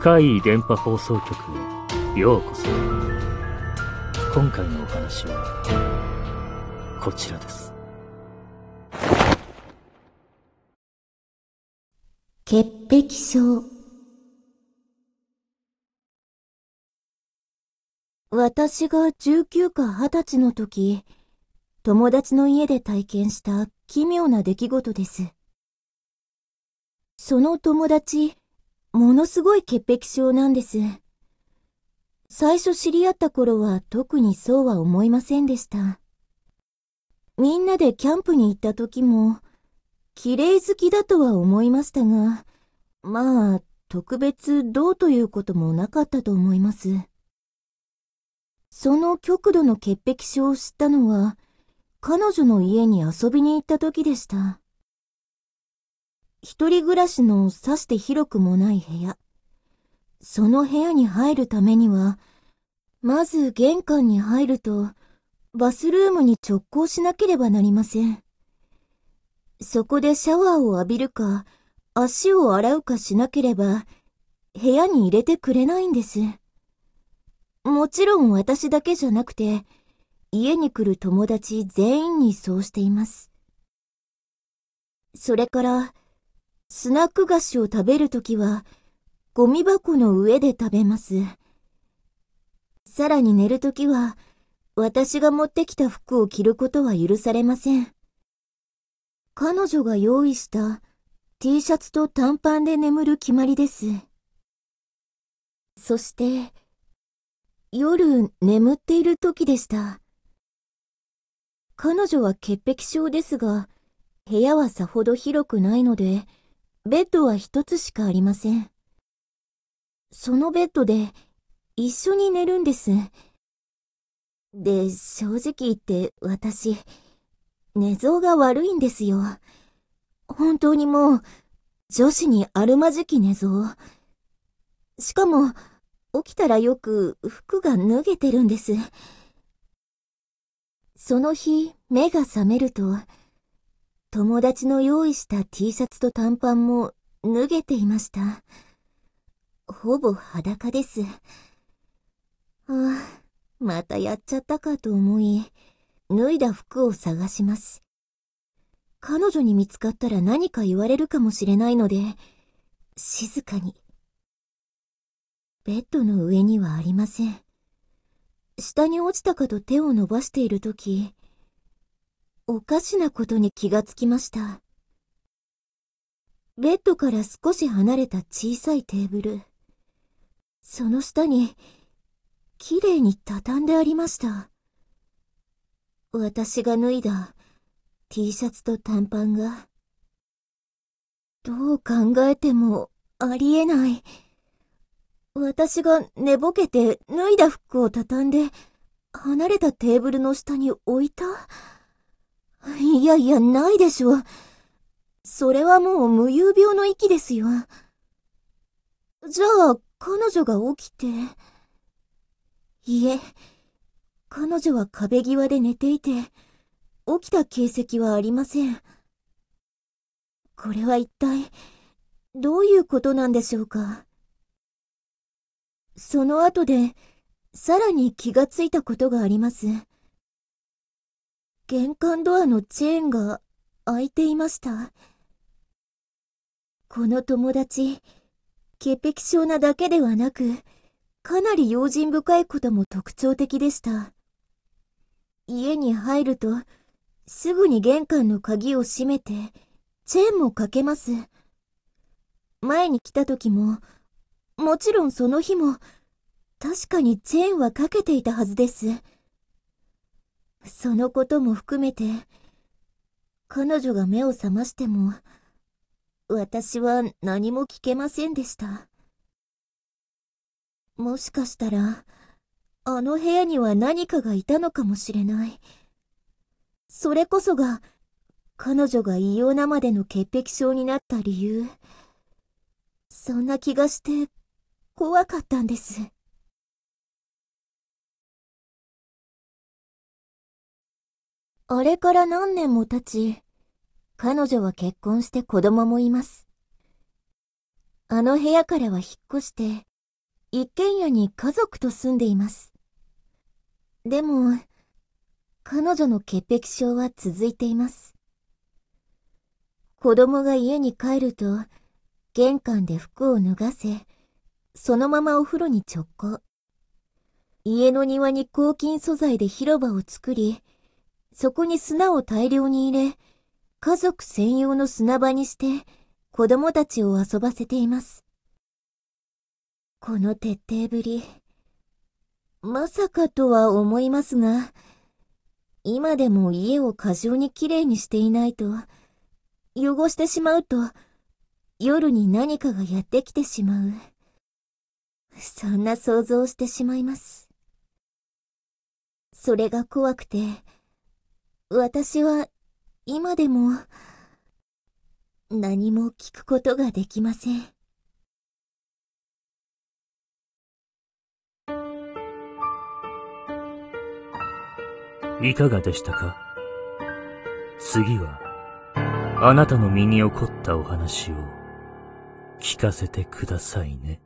怪異電波放送局へようこそ。今回のお話はこちらです。 潔癖症。私が19か20歳の時、友達の家で体験した奇妙な出来事です。その友達、ものすごい潔癖症なんです。最初知り合った頃は特にそうは思いませんでした。みんなでキャンプに行った時も、綺麗好きだとは思いましたが、まあ、特別どうということもなかったと思います。その極度の潔癖症を知ったのは、彼女の家に遊びに行った時でした。一人暮らしのさして広くもない部屋。その部屋に入るためには、まず玄関に入ると、バスルームに直行しなければなりません。そこでシャワーを浴びるか、足を洗うかしなければ、部屋に入れてくれないんです。もちろん私だけじゃなくて、家に来る友達全員にそうしています。それから、スナック菓子を食べるときは、ゴミ箱の上で食べます。さらに寝るときは、私が持ってきた服を着ることは許されません。彼女が用意した T シャツと短パンで眠る決まりです。そして、夜眠っている時でした。彼女は潔癖症ですが、部屋はさほど広くないので、ベッドは一つしかありません。そのベッドで一緒に寝るんです。で、正直言って私、寝相が悪いんですよ。本当にもう、女子にあるまじき寝相。しかも、起きたらよく服が脱げてるんです。その日、目が覚めると、友達の用意した T シャツと短パンも脱げていました。ほぼ裸です。またやっちゃったかと思い、脱いだ服を探します。彼女に見つかったら何か言われるかもしれないので、静かに。ベッドの上にはありません。下に落ちたかと手を伸ばしているとき、おかしなことに気がつきました。ベッドから少し離れた小さいテーブル。その下に、きれいに畳んでありました。私が脱いだ T シャツと短パンが。どう考えてもありえない。私が寝ぼけて脱いだ服を畳んで、離れたテーブルの下に置いた？いやいや、ないでしょ。それはもう無遊病の域ですよ。じゃあ、彼女が起きて。いえ、彼女は壁際で寝ていて、起きた形跡はありません。これは一体、どういうことなんでしょうか。その後で、さらに気がついたことがあります。玄関ドアのチェーンが開いていました。この友達、潔癖症なだけではなく、かなり用心深いことも特徴的でした。家に入ると、すぐに玄関の鍵を閉めて、チェーンもかけます。前に来た時も、もちろんその日も、確かにチェーンはかけていたはずです。そのことも含めて、彼女が目を覚ましても、私は何も聞けませんでした。もしかしたら、あの部屋には何かがいたのかもしれない。それこそが、彼女が異様なまでの潔癖症になった理由。そんな気がして、怖かったんです。あれから何年も経ち、彼女は結婚して子供もいます。あの部屋からは引っ越して、 一軒家に家族と住んでいます。でも、彼女の潔癖症は続いています。子供が家に帰ると、玄関で服を脱がせ、そのままお風呂に直行。家の庭に抗菌素材で広場を作り、そこに砂を大量に入れ、家族専用の砂場にして子供たちを遊ばせています。この徹底ぶり、まさかとは思いますが、今でも家を過剰にきれいにしていないと、汚してしまうと、夜に何かがやってきてしまう。そんな想像をしてしまいます。それが怖くて、私は今でも何も聞くことができません。 いかがでしたか？次は、あなたの身に起こったお話を聞かせてくださいね。